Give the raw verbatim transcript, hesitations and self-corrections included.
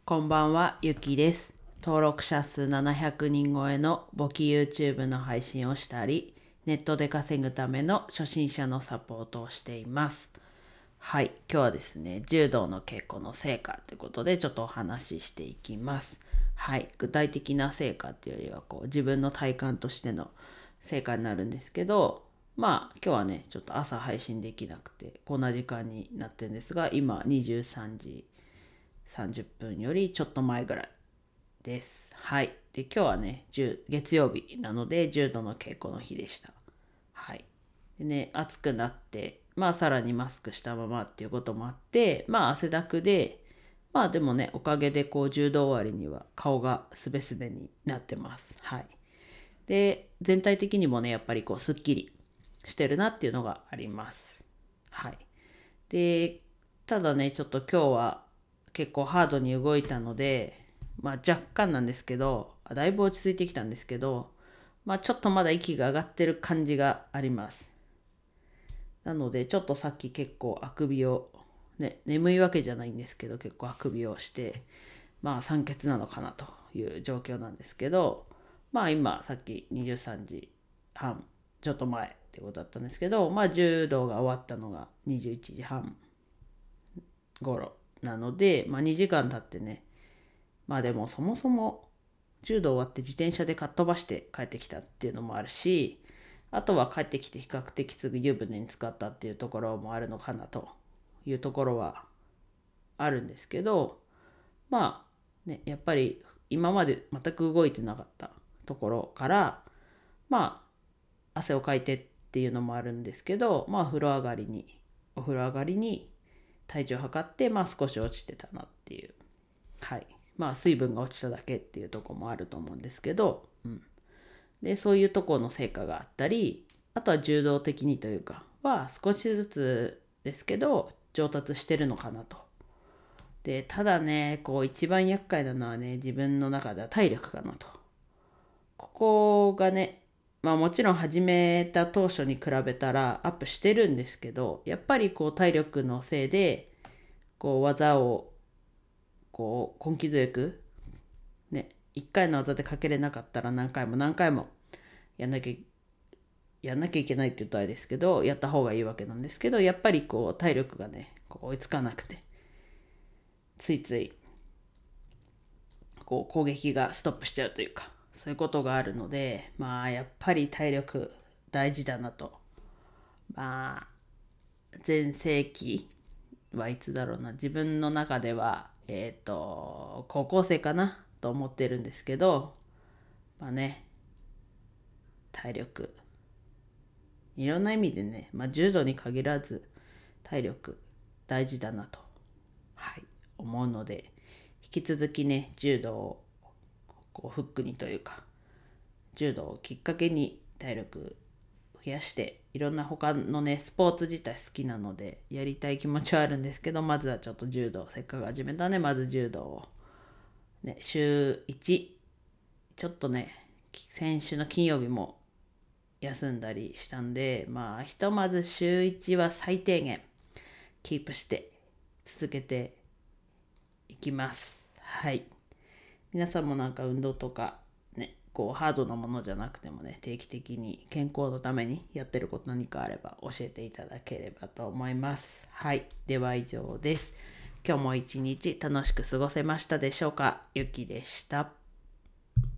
こんばんは、ゆきです。登録者数ななひゃくにん超えの簿記 YouTube の配信をしたり、ネットで稼ぐための初心者のサポートをしています。はい、今日はですね、柔道の稽古の成果ということでちょっとお話ししていきます。はい、具体的な成果っていうよりはこう自分の体感としての成果になるんですけど、まあ今日はね、ちょっと朝配信できなくてこんな時間になってるんですが、今にじゅうさんじさんじゅっぷんよりちょっと前ぐらいです。はい。で、今日はね、月曜日なので、柔道の稽古の日でした。はい。でね、暑くなって、まあ、さらにマスクしたままっていうこともあって、まあ、汗だくで、まあ、でもね、おかげで、こう、柔道終わりには顔がすべすべになってます。はい。で、全体的にもね、やっぱりこう、すっきりしてるなっていうのがあります。はい。で、ただね、ちょっと今日は結構ハードに動いたので、まあ若干なんですけど、だいぶ落ち着いてきたんですけど、まあちょっとまだ息が上がってる感じがあります。なのでちょっとさっき結構あくびを、ね、眠いわけじゃないんですけど結構あくびをして、まあ酸欠なのかなという状況なんですけど、まあ今さっきにじゅうさんじはん、ちょっと前ってことだったんですけど、まあ柔道が終わったのがにじゅういちじはん頃なので、まあにじかん経ってね、まあでもそもそも柔道終わって自転車でかっ飛ばして帰ってきたっていうのもあるし、あとは帰ってきて比較的すぐ湯船に浸かったっていうところもあるのかなというところはあるんですけど、まあね、やっぱり今まで全く動いてなかったところから、まあ汗をかいてっていうのもあるんですけど、まあ風呂上がりに、お風呂上がりに体重測って、まあ少し落ちてたなっていう。はい。まあ水分が落ちただけっていうところもあると思うんですけど、うん。で、そういうところの成果があったり、あとは柔道的にというか、は少しずつですけど、上達してるのかなと。で、ただね、こう一番厄介なのはね、自分の中では体力かなと。ここがね、まあもちろん始めた当初に比べたらアップしてるんですけど、やっぱりこう体力のせいで、こう技をこう根気強くね、いっかいの技でかけれなかったら何回も何回もやんなきゃやんなきゃいけないって言うとあれですけど、やった方がいいわけなんですけど、やっぱりこう体力がね、こう追いつかなくて、ついついこう攻撃がストップしちゃうというか、そういうことがあるので、まあやっぱり体力大事だなと。まあ全盛期はいつだろうな、自分の中ではえっ、ー、と高校生かなと思ってるんですけど、まあね、体力いろんな意味でね、まあ、柔道に限らず体力大事だなと、はい、思うので、引き続きね、柔道をこうフックにというか、柔道をきっかけに体力増やして、いろんな他のね、スポーツ自体好きなので、やりたい気持ちはあるんですけど、まずはちょっと柔道、せっかく始めたね、まず柔道を、ね、週いち、ちょっとね、先週の金曜日も休んだりしたんで、まあひとまず週いちは最低限キープして続けていきます。はい。皆さんもなんか運動とかね、こうハードなものじゃなくてもね、定期的に健康のためにやってること何かあれば教えていただければと思います。はい。では以上です。今日も一日楽しく過ごせましたでしょうか。ゆきでした。